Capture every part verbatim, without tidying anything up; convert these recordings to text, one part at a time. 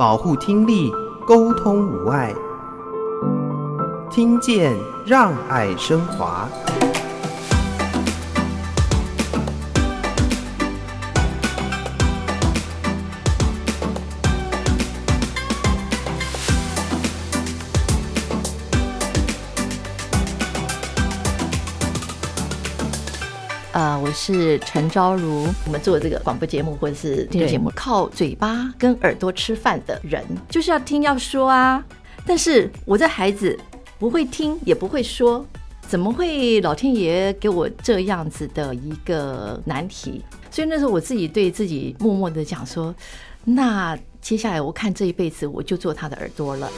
保护听力，沟通无碍，听见让爱声华。 呃，我是陈昭如。我们做这个广播节目或者是电视节目，靠嘴巴跟耳朵吃饭的人，就是要听要说啊。但是我这孩子不会听也不会说，怎么会老天爷给我这样子的一个难题？所以那时候我自己对自己默默的讲说，那接下来我看这一辈子我就做他的耳朵了。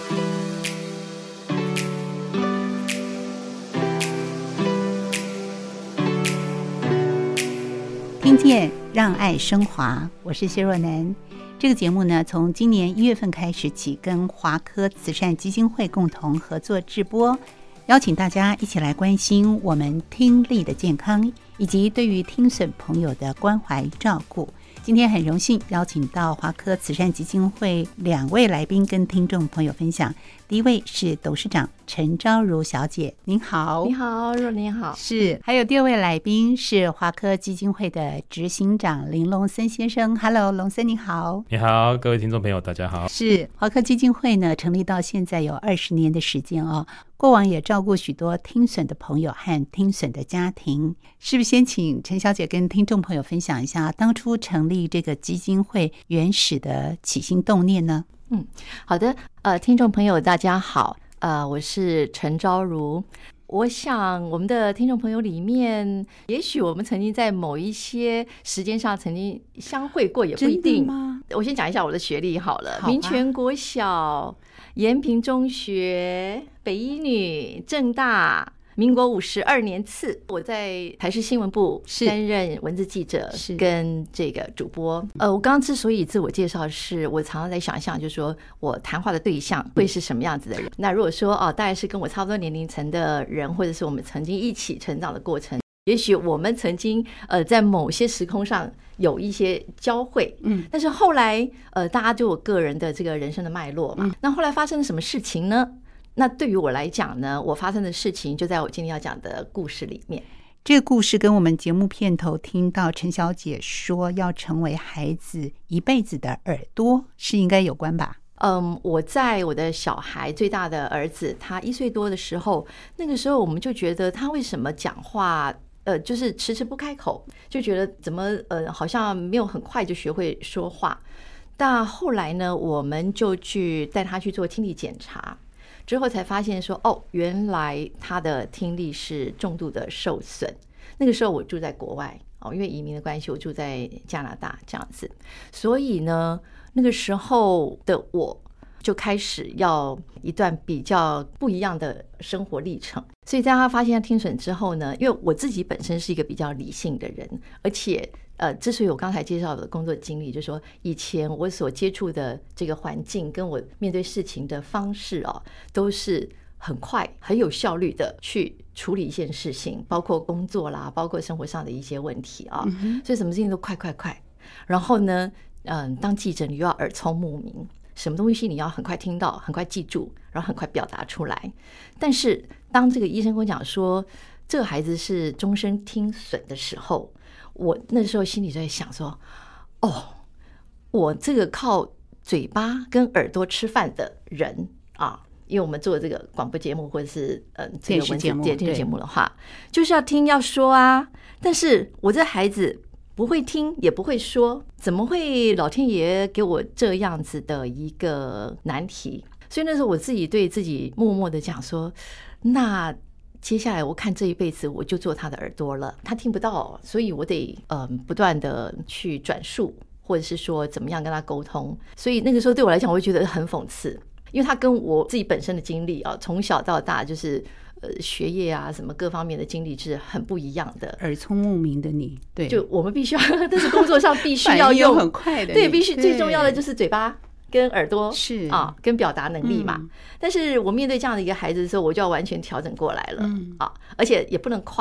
听见让爱升华，我是谢若楠。这个节目呢，从今年一月份开始起，跟华科慈善基金会共同合作制播，邀请大家一起来关心我们听力的健康，以及对于听损朋友的关怀照顾。今天很荣幸邀请到华科慈善基金会两位来宾跟听众朋友分享。第一位是董事长陈昭如小姐，您好。 你好，若您好。 是，还有第二位来宾是华科基金会的执行长林龙森先生。Hello， 龙森你好。 你好，各位听众朋友大家好。 是，华科基金会呢成立到现在有二十年的时间哦，过往也照顾许多听损的朋友和听损的家庭。是不是先请陈小姐跟听众朋友分享一下当初成立这个基金会原始的起心动念呢？ 嗯，好的，呃，听众朋友大家好，呃，我是陈昭如。我想我们的听众朋友里面，也许我们曾经在某一些时间上曾经相会过，也不一定。 吗？ 我先讲一下我的学历好了， 好啊， 民权国小、延平中学、北一女、政大。民国五十二年次，我在台视新闻部担任文字记者跟这个主播。呃，我刚刚之所以自我介绍，是我常常在想象，就是说我谈话的对象会是什么样子的人。那如果说哦，大概是跟我差不多年龄层的人，或者是我们曾经一起成长的过程，也许我们曾经呃在某些时空上有一些交汇，嗯，但是后来呃大家就有个人的这个人生的脉络嘛，那后来发生了什么事情呢？那对于我来讲呢，我发生的事情就在我今天要讲的故事里面。 这个故事跟我们节目片头听到陈小姐说要成为孩子一辈子的耳朵是应该有关吧？ 嗯，我在我的小孩最大的儿子他一岁多的时候，那个时候我们就觉得他为什么讲话呃，就是迟迟不开口，就觉得怎么呃好像没有很快就学会说话。但后来呢，我们就去带他去做听力检查。之后才发现说，哦，原来他的听力是重度的受损。那个时候我住在国外哦，因为移民的关系，我住在加拿大这样子，所以呢，那个时候的我就开始要一段比较不一样的生活历程。所以在他发现他听损之后呢，因为我自己本身是一个比较理性的人，而且呃，之所以我刚才介绍的工作经历，就是说以前我所接触的这个环境跟我面对事情的方式哦，都是很快很有效率的去处理一件事情，包括工作啦，包括生活上的一些问题啊、嗯，所以什么事情都快快快。然后呢，嗯，当记者你又要耳聪目明，什么东西你要很快听到，很快记住，然后很快表达出来。但是当这个医生跟我讲说这个孩子是终身听损的时候，我那时候心里就在想说，哦，我这个靠嘴巴跟耳朵吃饭的人啊，因为我们做这个广播节目或者是呃这个文字电视节目的话，就是要听要说啊。但是我这孩子不会听也不会说，怎么会老天爷给我这样子的一个难题？所以那时候我自己对自己默默的讲说，那接下来我看这一辈子我就做他的耳朵了。他听不到，所以我得呃不断的去转述，或者是说怎么样跟他沟通。所以那个时候对我来讲，我会觉得很讽刺，因为他跟我自己本身的经历啊，从小到大就是呃学业啊什么各方面的经历是很不一样的。 耳聪目明的你，对， 就我们必须要，但是工作上必须要用很快的， 对，必须最重要的就是嘴巴跟耳朵是啊，跟表达能力嘛、嗯。但是我面对这样的一个孩子的时候，我就要完全调整过来了、嗯、啊，而且也不能快。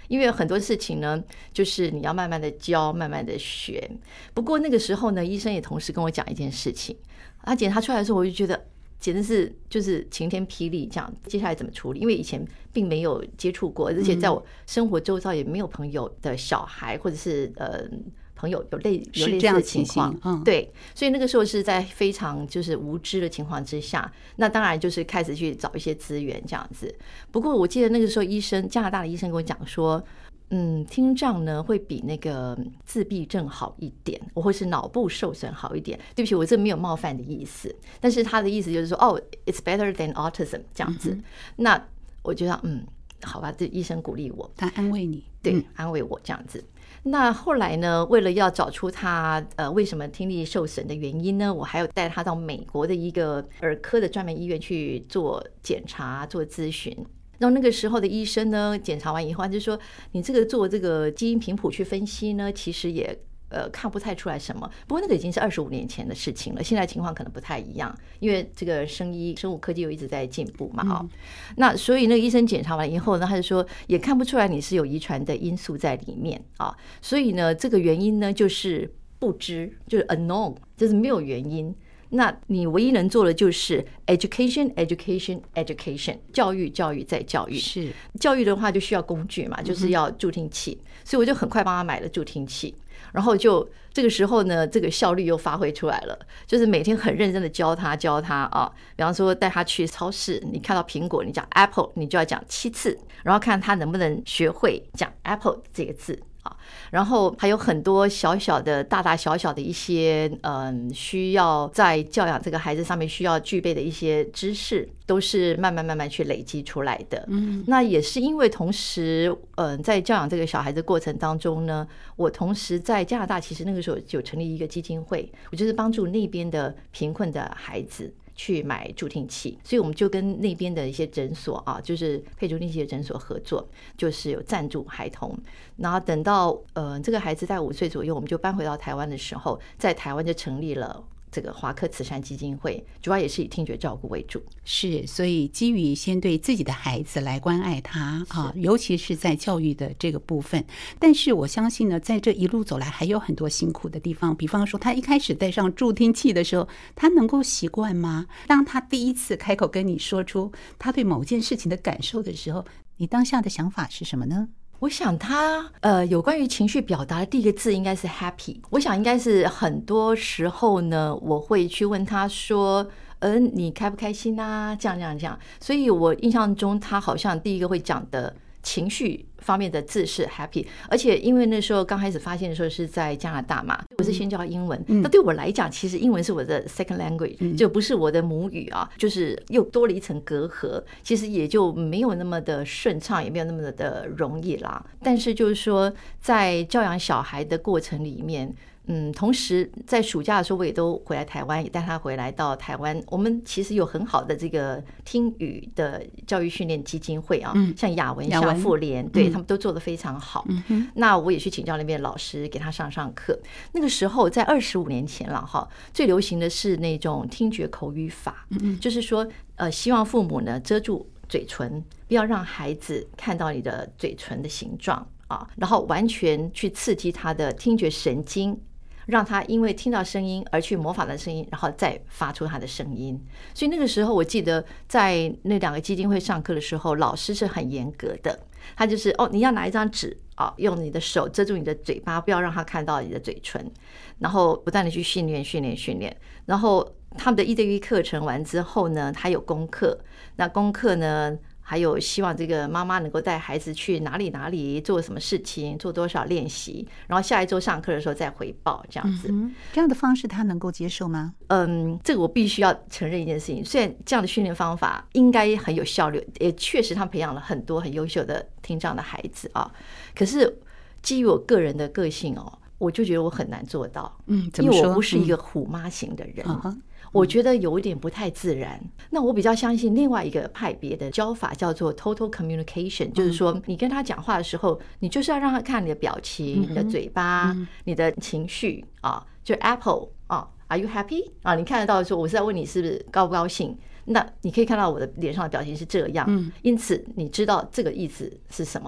因为很多事情呢，就是你要慢慢的教，慢慢的学。不过那个时候呢，医生也同时跟我讲一件事情，他检查出来的时候，我就觉得简直是就是晴天霹雳，这样接下来怎么处理？因为以前并没有接触过，而且在我生活周遭也没有朋友的小孩或者是呃朋友有类有类似的情况， 嗯， 对，所以那个时候是在非常就是无知的情况之下，那当然就是开始去找一些资源这样子。不过我记得那个时候医生，加拿大的医生跟我讲说，嗯，听障呢会比那个自闭症好一点，或或是脑部受损好一点。对不起，我这没有冒犯的意思，但是他的意思就是说，哦 ，it's better than autism 这样子。嗯、那我觉得，嗯，好吧，这医生鼓励我， 他安慰你， 对， 嗯、 安慰我这样子。那后来呢，为了要找出他呃为什么听力受损的原因呢，我还有带他到美国的一个儿科的专门医院去做检查、做咨询。然后那个时候的医生呢，检查完以后他就说，你这个做这个基因频谱去分析呢，其实也呃看不太出来什么。不过那个已经是二十五年前的事情了，现在情况可能不太一样，因为这个生医生物科技又一直在进步嘛，哈、嗯。那所以那个医生检查完以后呢，他就说也看不出来你是有遗传的因素在里面啊，所以呢这个原因呢就是不知，就是 unknown， 就是没有原因。那你唯一能做的就是 education education education 教育教育再教育。 是教育的话就需要工具嘛，就是要助听器，所以我就很快帮他买了助听器。然后就这个时候呢，这个效率又发挥出来了，就是每天很认真的教他教他啊，比方说带他去超市，你看到苹果，你讲 apple， 你就要讲七次，然后看他能不能学会讲 apple 这个字。然后还有很多小小的大大小小的一些嗯，需要在教养这个孩子上面需要具备的一些知识，都是慢慢慢慢去累积出来的。嗯，那也是因为同时嗯，在教养这个小孩的过程当中呢，我同时在加拿大其实那个时候就成立一个基金会，我就是帮助那边的贫困的孩子去买助听器，所以我们就跟那边的一些诊所啊，就是配助听器的诊所合作，就是有赞助孩童。然后等到呃这个孩子在五岁左右，我们就搬回到台湾的时候，在台湾就成立了这个华科慈善基金会，主要也是以听觉照顾为主。 是，所以基于先对自己的孩子来关爱他啊，尤其是在教育的这个部分。但是我相信呢，在这一路走来还有很多辛苦的地方，比方说他一开始戴上助听器的时候，他能够习惯吗？当他第一次开口跟你说出他对某件事情的感受的时候，你当下的想法是什么呢？ 我想他呃，有关于情绪表达的第一个字应该是 happy。我想应该是很多时候呢，我会去问他说，呃，你开不开心啊？这样这样这样。所以我印象中，他好像第一个会讲的情绪方面的字是 happy， 而且因为那时候刚开始发现的时候是在加拿大嘛，我是先教英文，那对我来讲，其实英文是我的 second language， 就不是我的母语啊，就是又多了一层隔阂，其实也就没有那么的顺畅，也没有那么的容易啦。但是就是说，在教养小孩的过程里面，嗯，同时在暑假的时候，我也都回来台湾，也带他回来到台湾。我们其实有很好的这个听语的教育训练基金会啊，嗯、像雅文、像妇联，对、嗯、他们都做得非常好。嗯、那我也去请教那边的老师，给他上上课。那个时候在二十五年前了哈，最流行的是那种听觉口语法，嗯、就是说，呃，希望父母呢遮住嘴唇，不要让孩子看到你的嘴唇的形状啊，然后完全去刺激他的听觉神经。让他因为听到声音而去模仿的声音，然后再发出他的声音。所以那个时候我记得在那两个基金会上课的时候，老师是很严格的，他就是哦，你要拿一张纸啊，用你的手遮住你的嘴巴，不要让他看到你的嘴唇，然后不断的去训练训练训练。然后他们的一对一课程完之后呢，他有功课，那功课呢还有希望这个妈妈能够带孩子去哪里哪里做什么事情，做多少练习，然后下一周上课的时候再回报，这样子、嗯、 这样的方式他能够接受吗？ 嗯，这个我必须要承认一件事情，虽然这样的训练方法应该很有效率，也确实他们培养了很多很优秀的听障的孩子啊，可是基于我个人的个性哦，我就觉得我很难做到。嗯，怎么说？因为我不是一个虎妈型的人、嗯我觉得有一点不太自然。那我比较相信另外一个派别的教法叫做 total communication， 就是说你跟他讲话的时候，你就是要让他看你的表情、你的嘴巴、你的情绪啊，就 Apple 啊 ，Are you happy 啊？你看得到说我是在问你是不是高不高兴，那你可以看到我的脸上的表情是这样，因此你知道这个意思是什么。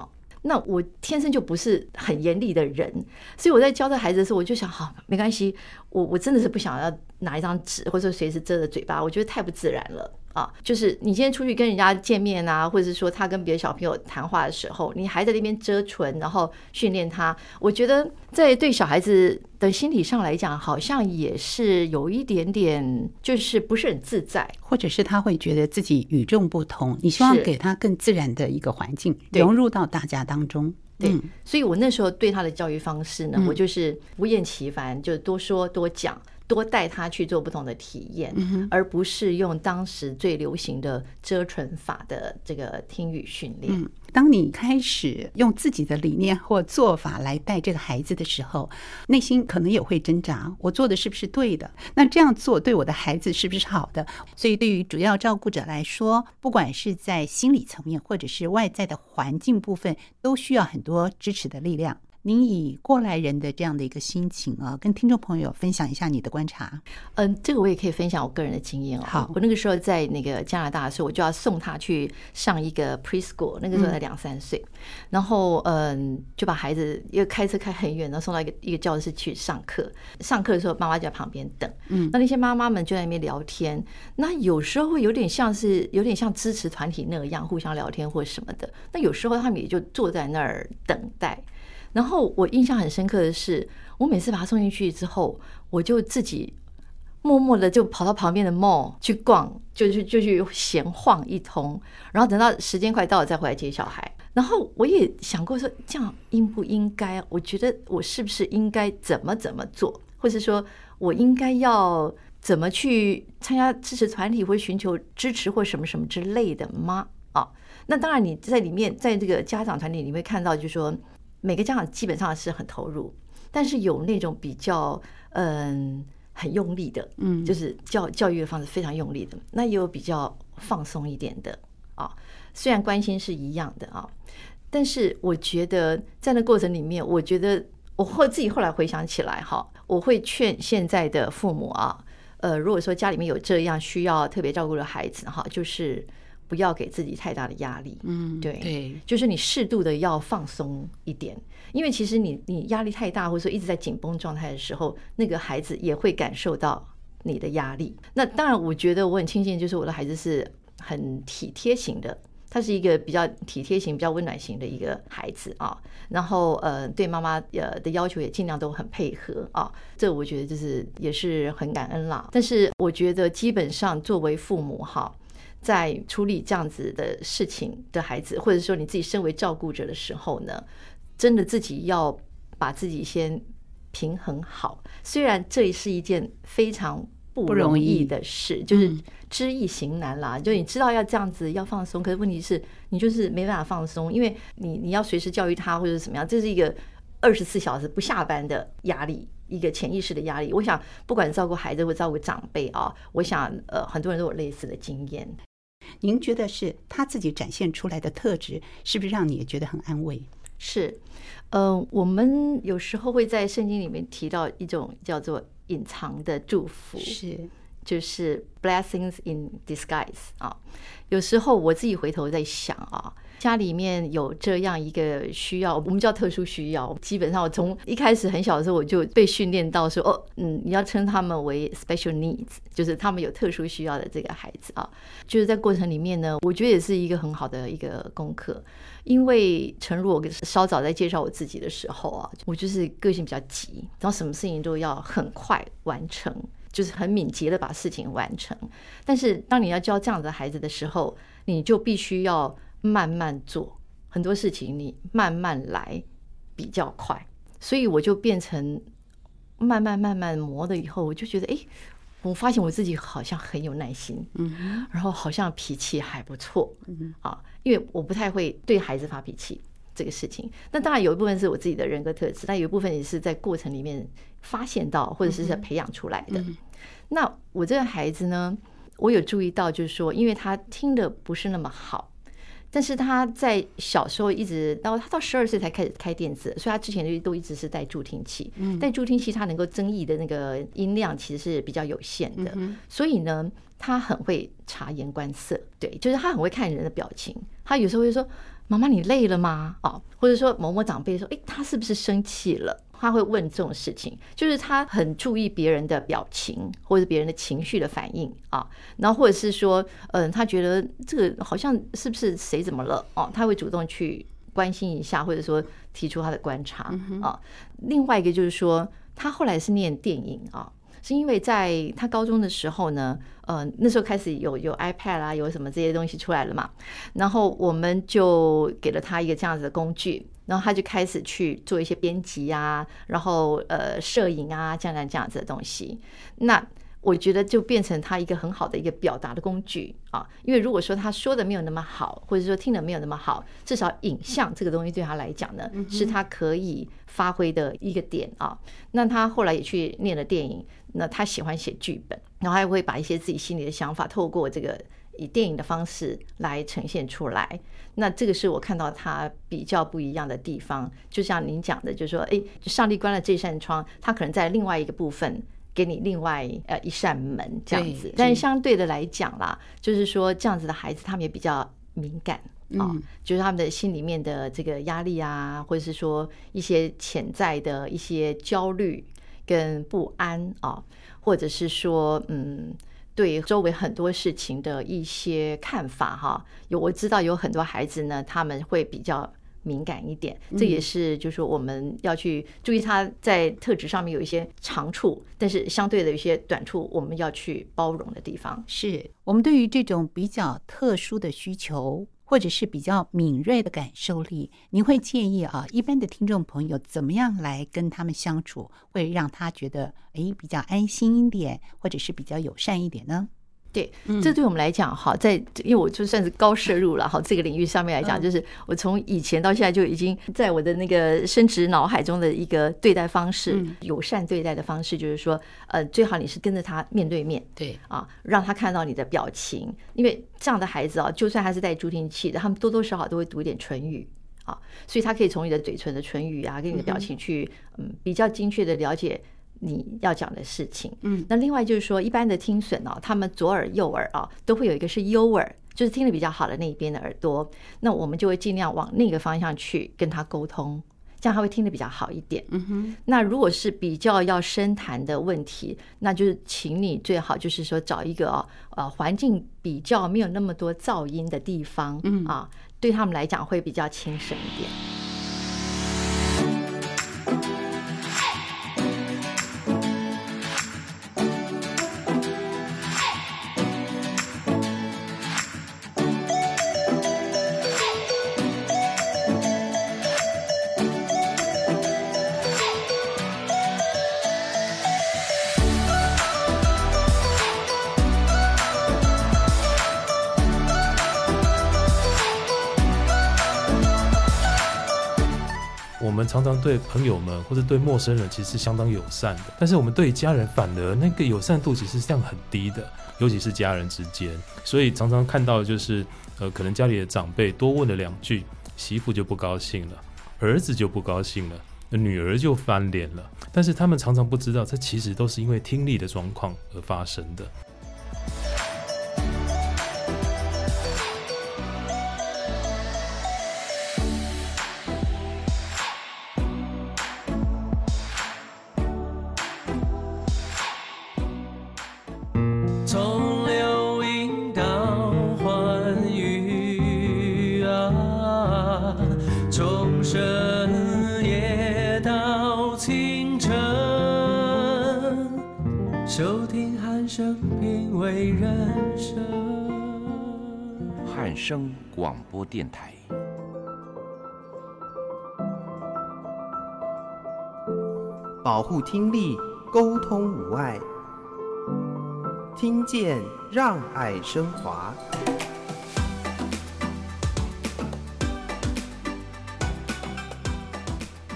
那我天生就不是很严厉的人，所以我在教这孩子的时候，我就想，好，没关系，我我真的是不想要拿一张纸，或者说随时遮着嘴巴，我觉得太不自然了。啊，就是你今天出去跟人家见面啊，或者是说他跟别的小朋友谈话的时候，你还在那边遮唇，然后训练他，我觉得在对小孩子的心理上来讲，好像也是有一点点，就是不是很自在， 或者是他会觉得自己与众不同，你希望给他更自然的一个环境，融入到大家当中。 对，嗯、所以我那时候对他的教育方式呢，嗯、我就是不厌其烦，就多说多讲。多带他去做不同的体验，嗯、而不是用当时最流行的遮唇法的这个听语训练。嗯， 当你开始用自己的理念或做法来带这个孩子的时候，内心可能也会挣扎，我做的是不是对的？那这样做对我的孩子是不是好的？所以对于主要照顾者来说，不管是在心理层面或者是外在的环境部分，都需要很多支持的力量。您以过来人的这样的一个心情啊，跟听众朋友分享一下你的观察。 嗯，这个我也可以分享我个人的经验哦。 好， 我那个时候在那个加拿大的时候，我就要送他去上一个 preschool， 那个时候才两三岁，嗯、然后嗯，就把孩子因为开车开很远，然后送到一个一个教室去上课。上课的时候，妈妈就在旁边等。嗯，那那些妈妈们就在那边聊天。那有时候会有点像是有点像支持团体那样，互相聊天或什么的。那有时候他们也就坐在那儿等待。然后我印象很深刻的是，我每次把他送进去之后，我就自己默默的就跑到旁边的 mall 去逛，就去就去闲晃一通，然后等到时间快到了再回来接小孩。然后我也想过说，这样应不应该？我觉得我是不是应该怎么怎么做，或是说我应该要怎么去参加支持团体或寻求支持或什么什么之类的吗？啊，那当然你在里面，在这个家长团体你会看到，就是说。每个家长基本上是很投入，但是有那种比较嗯很用力的，嗯，就是教教育的方式非常用力的，那也有比较放松一点的啊。虽然关心是一样的啊，但是我觉得在那过程里面，我觉得我会自己后来回想起来哈，我会劝现在的父母啊，呃，如果说家里面有这样需要特别照顾的孩子哈，就是不要给自己太大的压力，嗯，对对，就是你适度的要放松一点，因为其实你你压力太大，或者说一直在紧绷状态的时候，那个孩子也会感受到你的压力。那当然，我觉得我很庆幸，就是我的孩子是很体贴型的，他是一个比较体贴型、比较温暖型的一个孩子啊。然后呃，对妈妈呃的要求也尽量都很配合啊，这我觉得就是也是很感恩啦。但是我觉得基本上作为父母哈，在处理这样子的事情的孩子，或者说你自己身为照顾者的时候呢，真的自己要把自己先平衡好。虽然这是一件非常不容易的事，就是知易行难啦。就你知道要这样子要放松，可是问题是你就是没办法放松，因为你你要随时教育他或者怎么样，这是一个二十四小时不下班的压力。一个潜意识的压力，我想不管照顾孩子或照顾长辈啊，我想呃很多人都有类似的经验。 您觉得是他自己展现出来的特质，是不是让你也觉得很安慰？ 是，呃，我们有时候会在圣经里面提到一种叫做隐藏的祝福， 是， 就是 blessings in disguise 啊。有时候我自己回头在想啊。家里面有这样一个需要，我们叫特殊需要。基本上我从一开始很小的时候我就被训练到说，哦，嗯，你要称他们为 special needs， 就是他们有特殊需要的这个孩子啊。就是在过程里面呢，我觉得也是一个很好的一个功课。因为诚如我稍早在介绍我自己的时候啊，我就是个性比较急，然后什么事情都要很快完成，就是很敏捷的把事情完成。但是当你要教这样的孩子的时候，你就必须要慢慢做，很多事情你慢慢来比较快，所以我就变成慢慢慢慢磨了以后，我就觉得哎，我发现我自己好像很有耐心，嗯，然后好像脾气还不错，嗯啊，因为我不太会对孩子发脾气这个事情。那当然有一部分是我自己的人格特质，但有一部分也是在过程里面发现到或者是在培养出来的。嗯，那我这个孩子呢，我有注意到，就是说，因为他听得不是那么好。但是他在小时候一直到他到十二岁才开始开电子，所以他之前都一直是带助听器。嗯，带助听器它能够增益的那个音量其实是比较有限的，嗯，所以呢， 他很会察言观色，对，就是他很会看人的表情。他有时候会说：“妈妈，你累了吗？”哦，或者说某某长辈说：“哎，他是不是生气了？”他会问这种事情，就是他很注意别人的表情或者别人的情绪的反应啊，然后或者是说，嗯，他觉得这个好像是不是谁怎么了哦，他会主动去关心一下，或者说提出他的观察啊。另外一个就是说，他后来是念电影啊。是因为在他高中的时候呢，呃，那时候开始有有 iPad 啊，有什么这些东西出来了嘛，然后我们就给了他一个这样子的工具，然后他就开始去做一些编辑啊，然后呃摄影啊，这样这样子的东西。那我觉得就变成他一个很好的一个表达的工具啊，因为如果说他说的没有那么好，或者说听的没有那么好，至少影像这个东西对他来讲呢，是他可以发挥的一个点啊。那他后来也去念了电影，那他喜欢写剧本，然后还会把一些自己心里的想法透过这个以电影的方式来呈现出来。那这个是我看到他比较不一样的地方，就像您讲的，就是说，哎，上帝关了这扇窗，他可能在另外一个部分给你另外呃一扇门这样子，但是相对的来讲啦，就是说这样子的孩子他们也比较敏感啊、嗯，就是他们的心里面的这个压力啊，或者是说一些潜在的一些焦虑跟不安啊，或者是说嗯对周围很多事情的一些看法哈，有我知道有很多孩子呢，他们会比较敏感一点，这也是就是我们要去注意他在特质上面有一些长处，但是相对的一些短处我们要去包容的地方。 是我们对于这种比较特殊的需求或者是比较敏锐的感受力，您会建议啊一般的听众朋友怎么样来跟他们相处，会让他觉得诶比较安心一点，或者是比较友善一点呢？ 对，这对我们来讲哈，在因为我就算是高摄入了哈，这个领域上面来讲，就是我从以前到现在就已经在我的那个深植脑海中的一个对待方式，友善对待的方式，就是说，呃，最好你是跟着他面对面， 对啊， 让他看到你的表情，因为这样的孩子啊，就算他是带助听器的，他们多多少少都会读一点唇语啊，所以他可以从你的嘴唇的唇语啊，跟你的表情去嗯比较精确的了解你要讲的事情。嗯，那另外就是说，一般的听损啊，他们左耳右耳啊都会有一个是优耳，就是听得比较好的那一边的耳朵，那我们就会尽量往那个方向去跟他沟通，这样他会听得比较好一点。嗯哼，那如果是比较要深谈的问题，那就是请你最好就是说找一个啊呃环境比较没有那么多噪音的地方，嗯啊，对他们来讲会比较轻省一点。 我们常常对朋友们或者对陌生人其实是相当友善的，但是我们对家人反而那个友善度其实是这样很低的，尤其是家人之间。所以常常看到的就是呃，可能家里的长辈多问了两句，媳妇就不高兴了，儿子就不高兴了，女儿就翻脸了，但是他们常常不知道，这其实都是因为听力的状况而发生的。 收听汉声，品味人生。 汉声广播电台， 保护听力，沟通无碍，听见让爱升华。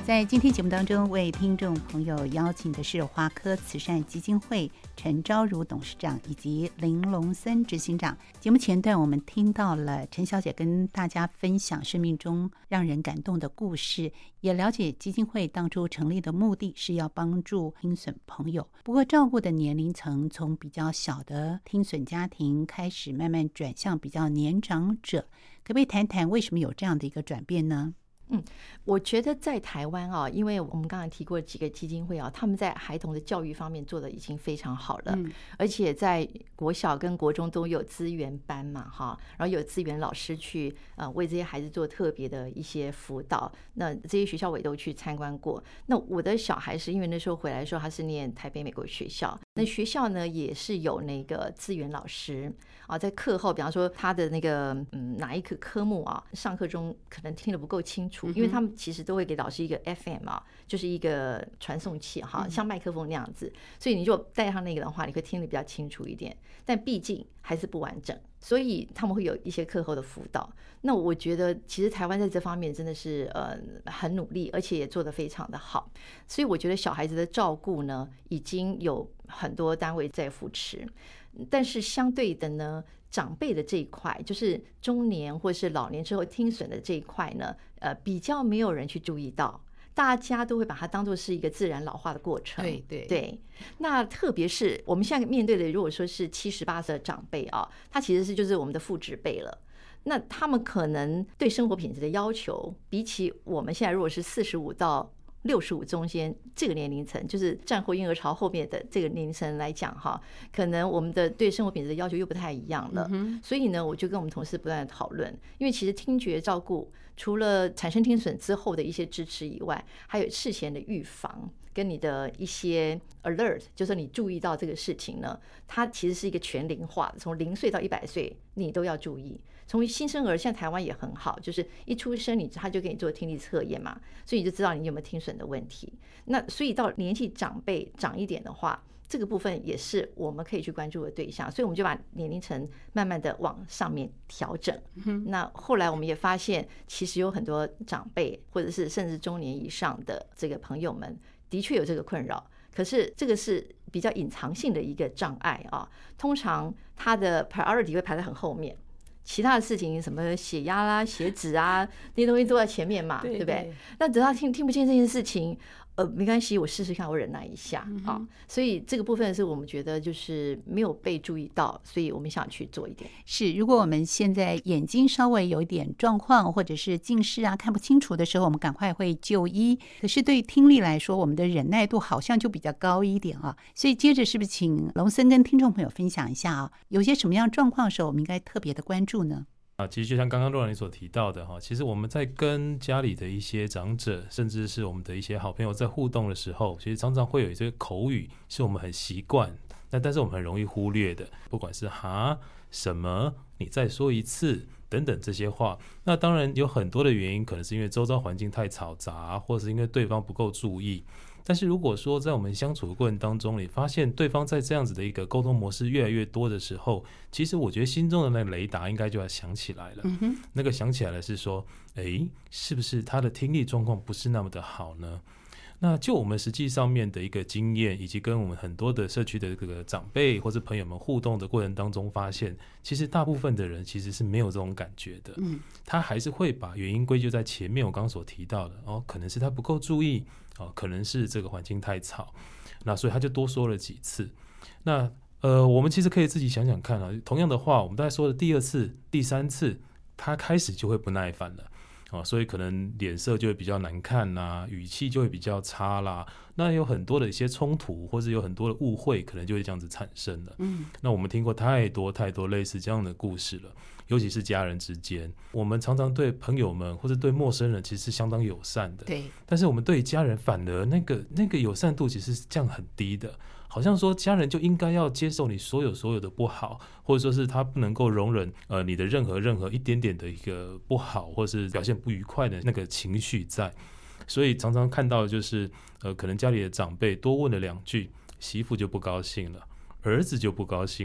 在今天节目当中，为听众朋友邀请的是华科慈善基金会陈昭如董事长以及林龙森执行长。节目前段我们听到了陈小姐跟大家分享生命中让人感动的故事，也了解基金会当初成立的目的是要帮助听损朋友，不过照顾的年龄层从比较小的听损家庭开始慢慢转向比较年长者，可不可以谈谈为什么有这样的一个转变呢？ 嗯，我觉得在台湾啊，因为我们刚才提过几个基金会啊，他们在孩童的教育方面做的已经非常好了，嗯、而且在国小跟国中都有资源班嘛，哈，然后有资源老师去呃为这些孩子做特别的一些辅导。那这些学校我也都去参观过。那我的小孩是因为那时候回来的时候，他是念台北美国学校，那学校呢也是有那个资源老师啊，在课后，比方说他的那个嗯哪一科科目啊，上课中可能听得不够清楚。因为他们其实都会给老师一个 F M 啊，就是一个传送器哈，像麦克风那样子，所以你如果带上那个的话，你会听得比较清楚一点。但毕竟还是不完整，所以他们会有一些课后的辅导。那我觉得其实台湾在这方面真的是呃很努力，而且也做得非常的好。所以我觉得小孩子的照顾呢，已经有很多单位在扶持，但是相对的呢，长辈的这一块，就是中年或是老年之后听损的这一块呢，呃，比较没有人去注意到，大家都会把它当作是一个自然老化的过程。 对对对。那特别是我们现在面对的，如果说是七十八岁的长辈啊，他其实是就是我们的父执辈了。那他们可能对生活品质的要求，比起我们现在如果是四十五到六十五中间这个年龄层，就是战后婴儿潮后面的这个年龄层来讲哈，可能我们的对生活品质的要求又不太一样了。嗯、所以呢，我就跟我们同事不断的讨论，因为其实听觉照顾除了产生听损之后的一些支持以外，还有事前的预防跟你的一些 alert， 就是你注意到这个事情呢，它其实是一个全龄化的，从零岁到一百岁你都要注意。从新生儿，现在台湾也很好，就是一出生你他就给你做听力测验嘛，所以你就知道你有没有听损的问题。那所以到年纪长辈长一点的话，这个部分也是我们可以去关注的对象，所以我们就把年龄层慢慢的往上面调整。那后来我们也发现，其实有很多长辈或者是甚至中年以上的这个朋友们，的确有这个困扰。可是这个是比较隐藏性的一个障碍啊，通常它的 priority 会排在很后面。其他的事情，什么血压啦、血脂啊，那些东西都在前面嘛，对不对？那等到听听不见这件事情，呃，没关系，我试试看，我忍耐一下啊。所以这个部分是我们觉得就是没有被注意到，所以我们想去做一点。 是，如果我们现在眼睛稍微有一点状况，或者是近视啊看不清楚的时候，我们赶快会就医。可是对听力来说，我们的忍耐度好像就比较高一点啊。所以接着是不是请龙森跟听众朋友分享一下啊，有些什么样状况的时候，我们应该特别的关注呢？ 啊，其实就像刚刚若兰你所提到的哈，其实我们在跟家里的一些长者，甚至是我们的一些好朋友在互动的时候，其实常常会有一些口语是我们很习惯，那但是我们很容易忽略的，不管是哈、什么、你再说一次等等这些话。那当然有很多的原因，可能是因为周遭环境太嘈杂，或是因为对方不够注意。但是如果说在我们相处的过程当中，你发现对方在这样子的一个沟通模式越来越多的时候，其实我觉得心中的那个雷达应该就要响起来了。嗯、那个响起来了是说，诶，是不是他的听力状况不是那么的好呢？那就我们实际上面的一个经验，以及跟我们很多的社区的这个长辈或者朋友们互动的过程当中，发现其实大部分的人其实是没有这种感觉的。嗯，他还是会把原因归咎在前面我刚刚所提到的哦，可能是他不够注意哦，可能是这个环境太吵，那所以他就多说了几次。那呃，我们其实可以自己想想看啊，同样的话，我们大概说的第二次、第三次，他开始就会不耐烦了。哦、所以可能脸色就会比较难看啦，语气就会比较差啦，那有很多的一些冲突，或是有很多的误会，可能就会这样子产生了。嗯，那我们听过太多太多类似这样的故事了，尤其是家人之间，我们常常对朋友们或者对陌生人其实是相当友善的， 对， 但是我们对家人反而那个那个友善度其实是降很低的。好像说家人就应该要接受你所有所有的不好，或者说是他不能够容忍呃你的任何任何一点点的一个不好，或是表现不愉快的那个情绪在，所以常常看到的就是呃可能家里的长辈多问了两句，媳妇就不高兴了，儿子就不高兴了，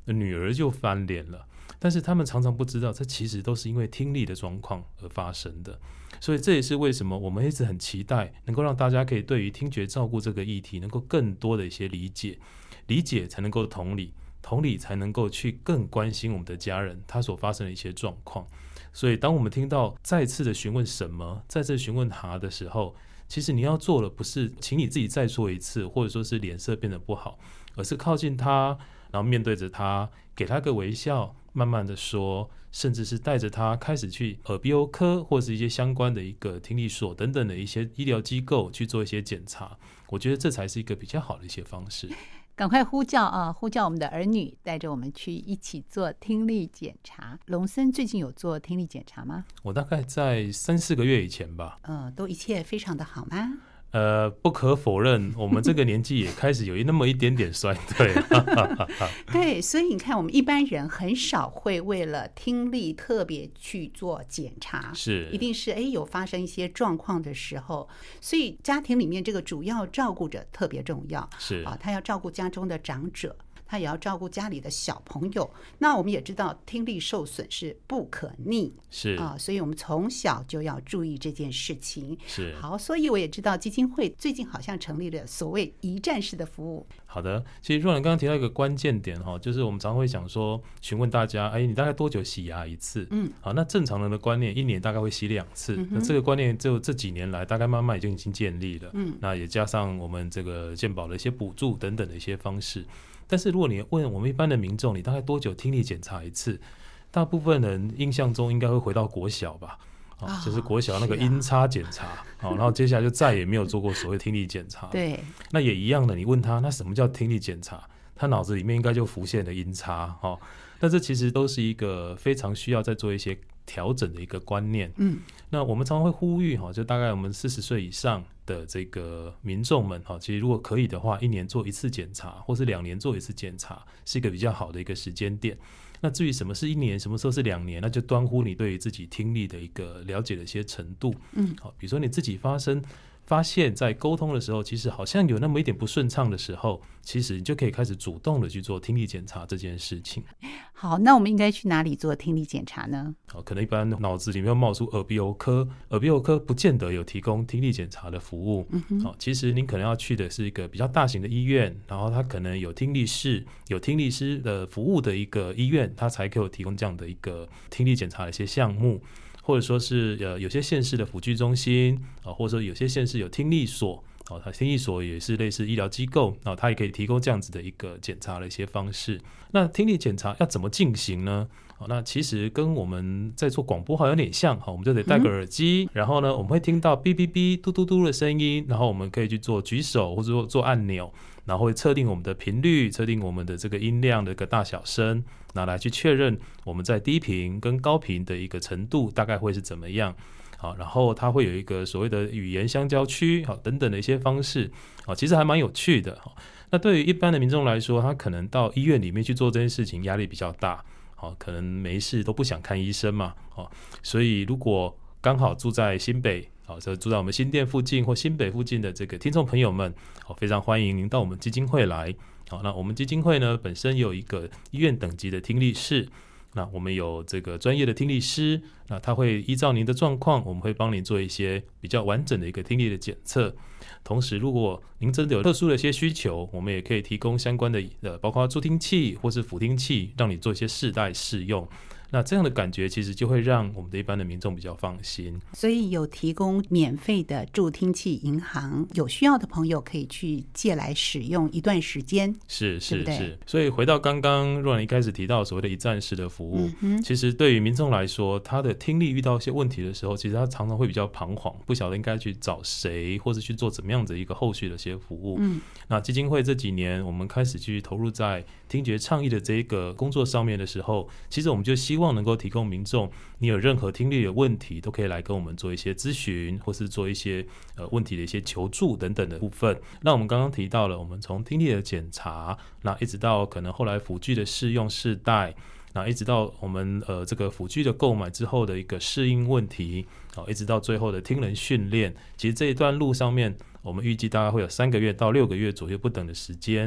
女儿就翻脸了。但是他们常常不知道，这其实都是因为听力的状况而发生的。所以这也是为什么我们一直很期待能够让大家可以对于听觉照顾这个议题能够更多的一些理解，理解才能够同理，同理才能够去更关心我们的家人他所发生的一些状况。所以当我们听到再次的询问什么，再次询问他的时候，其实你要做的不是请你自己再说一次，或者说是脸色变得不好，而是靠近他，然后面对着他，给他个微笑，慢慢的说，甚至是带着他开始去耳鼻喉科或是一些相关的一个听力所等等的一些医疗机构去做一些检查。我觉得这才是一个比较好的一些方式。 赶快呼叫啊！呼叫我们的儿女，带着我们去一起做听力检查。龙森最近有做听力检查吗？ 我大概在三四个月以前吧。 呃，都一切非常的好吗？ 呃，不可否认，我们这个年纪也开始有那么一点点衰退。 对，所以你看，我们一般人很少会为了听力特别去做检查， 是， 一定是哎有发生一些状况的时候，所以家庭里面这个主要照顾者特别重要， 是啊，他要照顾家中的长者。他也要照顾家里的小朋友。那我们也知道听力受损是不可逆， 是啊，所以我们从小就要注意这件事情。 是好，所以我也知道基金会最近好像成立了所谓一站式的服务。 好的，其实若兰刚刚提到一个关键点哈，就是我们常会想说询问大家，哎，你大概多久洗牙一次？嗯，好，那正常人的观念，一年大概会洗两次。嗯、那这个观念就这几年来，大概慢慢已经已经建立了。嗯，那也加上我们这个健保的一些补助等等的一些方式。但是如果你问我们一般的民众，你大概多久听力检查一次？大部分人印象中应该会回到国小吧。哦，就是国小那个音差检查，啊哦，然后接下来就再也没有做过所谓听力检查。 对， 那也一样的，你问他那什么叫听力检查，他脑子里面应该就浮现了音差。哦，但这其实都是一个非常需要再做一些调整的一个观念。嗯，那我们常常会呼吁，就大概我们四十岁以上的这个民众们，其实如果可以的话，一年做一次检查，或是两年做一次检查，是一个比较好的一个时间点。那至于什么是一年，什么时候是两年，那就端乎你对于自己听力的一个了解的一些程度。嗯，好，比如说你自己发生发现在沟通的时候，其实好像有那么一点不顺畅的时候，其实你就可以开始主动的去做听力检查这件事情。 好，那我们应该去哪里做听力检查呢？ 好，可能一般脑子里面冒出耳鼻喉科，耳鼻喉科不见得有提供听力检查的服务。嗯，好，其实您可能要去的是一个比较大型的医院，然后它可能有听力室、有听力师的服务的一个医院，它才可以有提供这样的一个听力检查的一些项目。或者说是呃有些县市的辅具中心啊、呃，或者说有些县市有听力所哦，它听力所也是类似医疗机构，然后它也可以提供这样子的一个检查的一些方式。那听力检查要怎么进行呢？哦，那其实跟我们在做广播好像有点像，好，我们就得戴个耳机，嗯、然后呢，我们会听到哔哔哔、嘟嘟嘟的声音，然后我们可以去做举手或者说做按钮，然后会测定我们的频率，测定我们的这个音量的一个大小声，拿来去确认我们在低频跟高频的一个程度大概会是怎么样。好，然后它会有一个所谓的语言相交区，好，等等的一些方式，好，其实还蛮有趣的。那对于一般的民众来说，他可能到医院里面去做这件事情，压力比较大，好，可能没事都不想看医生嘛，好，所以如果刚好住在新北，好，就住在我们新店附近或新北附近的这个听众朋友们，好，非常欢迎您到我们基金会来。好，那我们基金会呢本身有一个医院等级的听力室。那我们有这个专业的听力师，那他会依照您的状况，我们会帮您做一些比较完整的一个听力的检测。同时，如果您真的有特殊的一些需求，我们也可以提供相关的呃，包括助听器或是辅听器，让你做一些试戴试用。那这样的感觉其实就会让我们的一般的民众比较放心。 所以有提供免费的助听器银行，有需要的朋友可以去借来使用一段时间。 是是对对是。所以回到刚刚若兰一开始提到所谓的一站式的服务，嗯、其实对于民众来说，他的听力遇到一些问题的时候，其实他常常会比较彷徨，不晓得应该去找谁，或是去做怎么样的一个后续的一些服务。嗯，那基金会这几年我们开始去投入在听觉倡议的这一个工作上面的时候，其实我们就希望希望能够提供民众，你有任何听力的问题，都可以来跟我们做一些咨询，或是做一些呃问题的一些求助等等的部分。那我们刚刚提到了，我们从听力的检查，那一直到可能后来辅具的试用试戴，那一直到我们呃这个辅具的购买之后的一个适应问题，好，一直到最后的听人训练。其实这一段路上面，我们预计大概会有三个月到六个月左右不等的时间。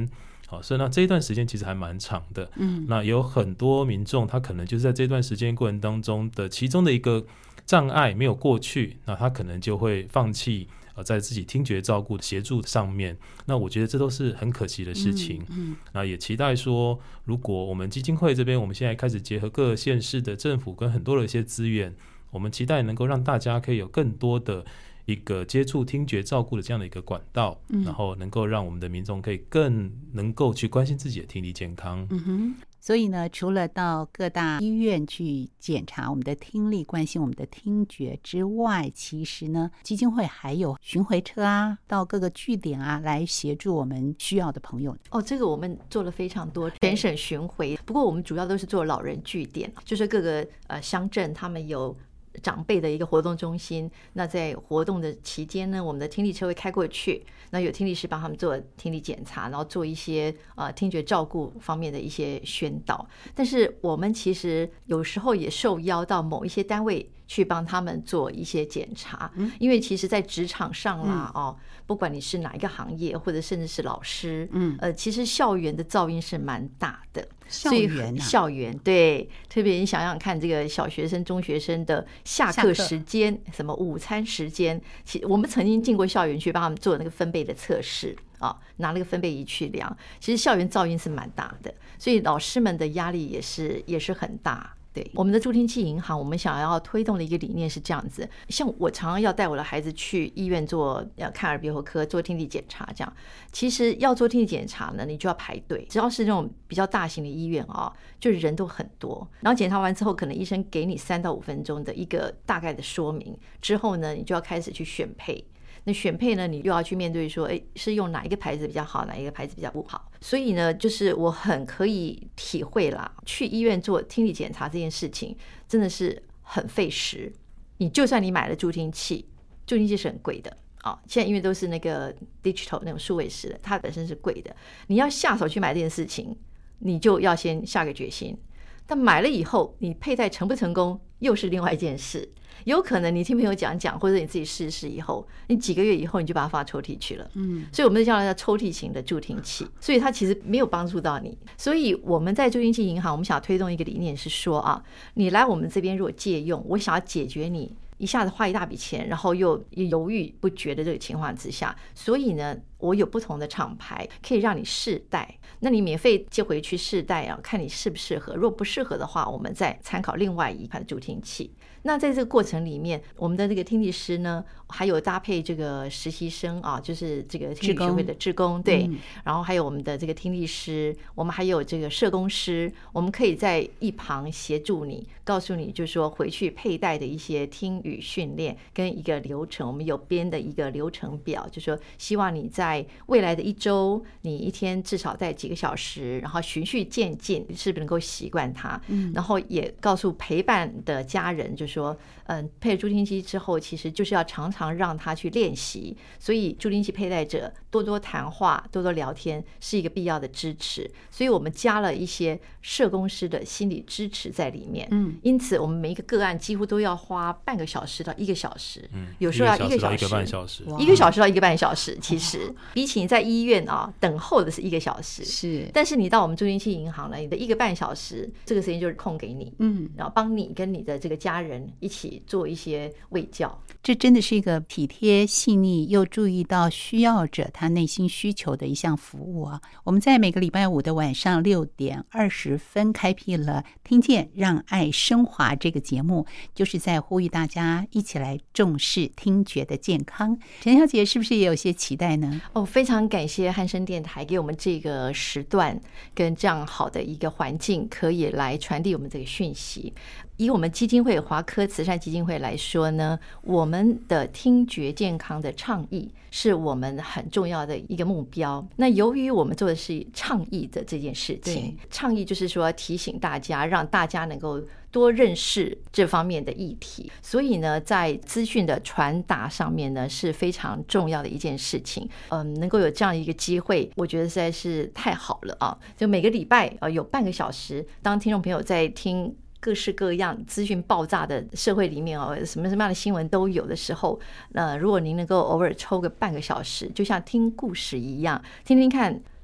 好，所以那这一段时间其实还蛮长的。 嗯， 那有很多民众他可能就是在这段时间过程当中的其中的一个障碍没有过去，那他可能就会放弃呃在自己听觉照顾协助上面。那我觉得这都是很可惜的事情。 嗯嗯， 那也期待说，如果我们基金会这边我们现在开始结合各县市的政府跟很多的一些资源，我们期待能够让大家可以有更多的一个接触听觉照顾的这样的一个管道， 嗯， 然后能够让我们的民众可以更能够去关心自己的听力健康。 嗯哼，所以呢，除了到各大医院去检查我们的听力、关心我们的听觉之外，其实呢，基金会还有巡回车啊，到各个据点啊，来协助我们需要的朋友。 哦，这个我们做了非常多全省巡回，不过我们主要都是做老人据点，就是各个呃乡镇他们有长辈的一个活动中心，那在活动的期间呢，我们的听力车会开过去，那有听力师帮他们做听力检查，然后做一些呃听觉照顾方面的一些宣导。但是我们其实有时候也受邀到某一些单位去帮他们做一些检查，因为其实在职场上啦，嗯、哦，不管你是哪一个行业，或者甚至是老师，嗯，呃，其实校园的噪音是蛮大的。 校园、啊、 校园对，特别你想想看，这个小学生、中学生的下课时间，什么午餐时间，其我们曾经进过校园去帮他们做那个分贝的测试啊，拿那个分贝仪去量，其实校园噪音是蛮大的，所以老师们的压力也是也是很大。对，我们的助听器银行，我们想要推动的一个理念是这样子，像我常常要带我的孩子去医院做要看耳鼻喉科做听力检查，这样其实要做听力检查呢，你就要排队，只要是那种比较大型的医院啊，就是人都很多，然后检查完之后，可能医生给你三到五分钟的一个大概的说明之后呢，你就要开始去选配。那选配呢，你又要去面对说，哎，是用哪一个牌子比较好，哪一个牌子比较不好？所以呢，就是我很可以体会啦，去医院做听力检查这件事情真的是很费时。你就算你买了助听器，助听器是很贵的啊，现在因为都是那个 digital 那种数位式的，它本身是贵的。你要下手去买这件事情，你就要先下个决心。但买了以后，你佩戴成不成功又是另外一件事。有可能你听朋友讲讲，或者你自己试试以后，你几个月以后你就把它放抽屉去了。嗯，所以我们叫它抽屉型的助听器，所以它其实没有帮助到你。所以我们在助听器银行，我们想要推动一个理念是说啊，你来我们这边如果借用，我想要解决你一下子花一大笔钱，然后又犹豫不决的这个情况之下，所以呢，我有不同的厂牌可以让你试戴，那你免费借回去试戴啊，看你适不适合。如果不适合的话，我们再参考另外一款助听器。那在这个过程里面，我们的这个听力师呢，还有搭配这个实习生啊，就是这个听力学会的志工，对，嗯、然后还有我们的这个听力师，我们还有这个社工师，我们可以在一旁协助你，告诉你就是说回去佩戴的一些听语训练跟一个流程，我们有编的一个流程表，就是说希望你在未来的一周，你一天至少戴几个小时，然后循序渐进，是不是能够习惯它？嗯，然后也告诉陪伴的家人，就是说，嗯，配了助听器之后，其实就是要常常让他去练习，所以助听器佩戴者多多谈话、多多聊天是一个必要的支持。所以我们加了一些社工师的心理支持在里面。嗯，因此我们每一个个案几乎都要花半个小时到一个小时，嗯，有时候要一个小时、一个半小时、一个小时到一个半小时。其实比起你在医院啊等候的是一个小时，是，但是你到我们助听器银行呢，你的一个半小时这个时间就是空给你，嗯，然后帮你跟你的这个家人一起做一些卫教。 这真的是一个体贴细腻又注意到需要者他内心需求的一项服务啊！我们在每个礼拜五的晚上六点二十分开辟了听见让爱升华这个节目，就是在呼吁大家一起来重视听觉的健康。陈小姐是不是也有些期待呢？ 哦，非常感谢汉声电台给我们这个时段跟这样好的一个环境，可以来传递我们这个讯息。以我们基金会华科慈善基金会来说呢，我们的听觉健康的倡议是我们很重要的一个目标。那由于我们做的是倡议的这件事情，倡议就是说提醒大家，让大家能够多认识这方面的议题，所以呢，在资讯的传达上面呢是非常重要的一件事情。嗯，能够有这样一个机会，我觉得实在是太好了啊！就每个礼拜呃有半个小时，当听众朋友在听各式各样资讯爆炸的社会里面哦，什么什么样的新闻都有的时候，呃，如果您能够偶尔抽个半个小时，就像听故事一样，听听看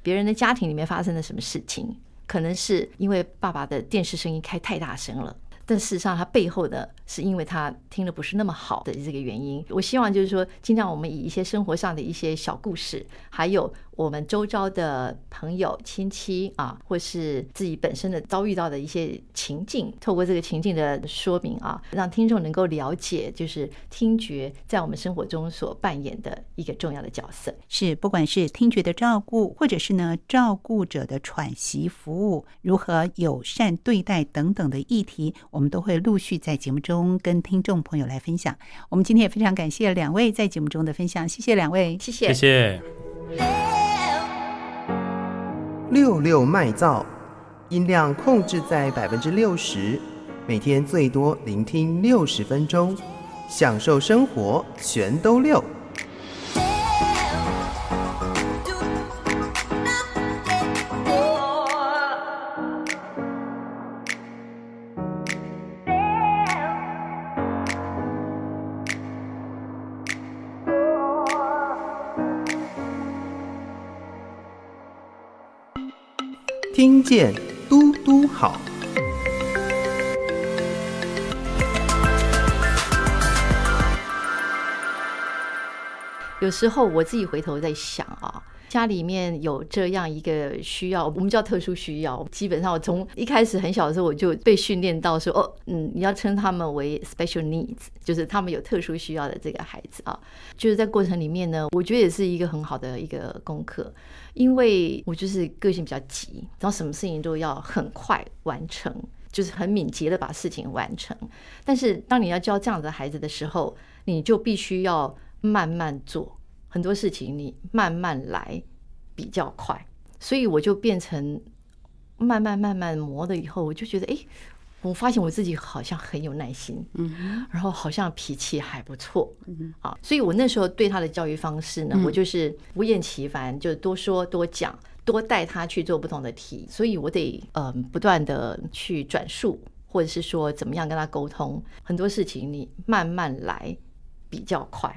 别人的家庭里面发生了什么事情，可能是因为爸爸的电视声音开太大声了，但事实上他背后的是因为他听的不是那么好的这个原因。我希望就是说尽量我们以一些生活上的一些小故事，还有我们周遭的朋友亲戚啊，或是自己本身的遭遇到的一些情境，透过这个情境的说明啊，让听众能够了解就是听觉在我们生活中所扮演的一个重要的角色。 是，不管是听觉的照顾，或者是呢照顾者的喘息服务，如何友善对待等等的议题，我们都会陆续在节目中跟听众朋友来分享。我们今天也非常感谢两位在节目中的分享，谢谢两位， 谢谢， 谢谢。 六六麦噪，音量控制在百分之六十，每天最多聆听六十分钟，享受生活全都六。听见嘟嘟好。 有时候我自己回头在想啊，家里面有这样一个需要，我们叫特殊需要，基本上我从一开始很小的时候我就被训练到说，哦，嗯，你要称他们为 special needs， 就是他们有特殊需要的这个孩子啊。就是在过程里面呢，我觉得也是一个很好的一个功课，因为我就是个性比较急，然后什么事情都要很快完成，就是很敏捷的把事情完成。但是当你要教这样的孩子的时候，你就必须要慢慢做，很多事情你慢慢来比较快。所以我就变成慢慢慢慢磨了以后，我就觉得哎，我发现我自己好像很有耐心，嗯，然后好像脾气还不错，嗯啊，所以我那时候对他的教育方式呢，嗯，我就是不厌其烦，就多说多讲，多带他去做不同的题，所以我得呃不断的去转述，或者是说怎么样跟他沟通，很多事情你慢慢来比较快。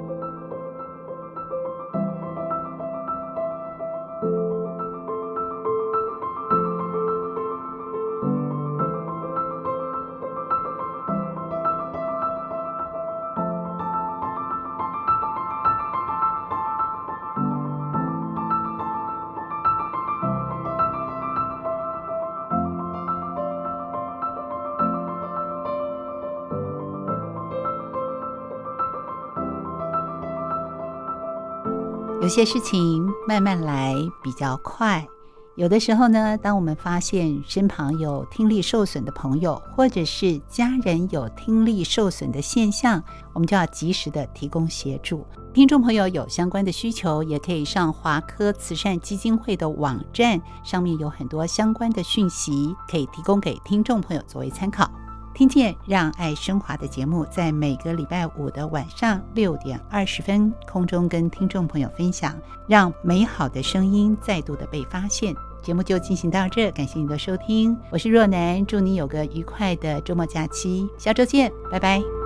有些事情慢慢来比较快，有的时候呢，当我们发现身旁有听力受损的朋友，或者是家人有听力受损的现象，我们就要及时的提供协助。听众朋友有相关的需求，也可以上华科慈善基金会的网站，上面有很多相关的讯息可以提供给听众朋友作为参考。听见让爱升华的节目，在每个礼拜五的晚上六点二十分空中跟听众朋友分享，让美好的声音再度的被发现。节目就进行到这，感谢你的收听，我是若男，祝你有个愉快的周末假期，下周见，拜拜。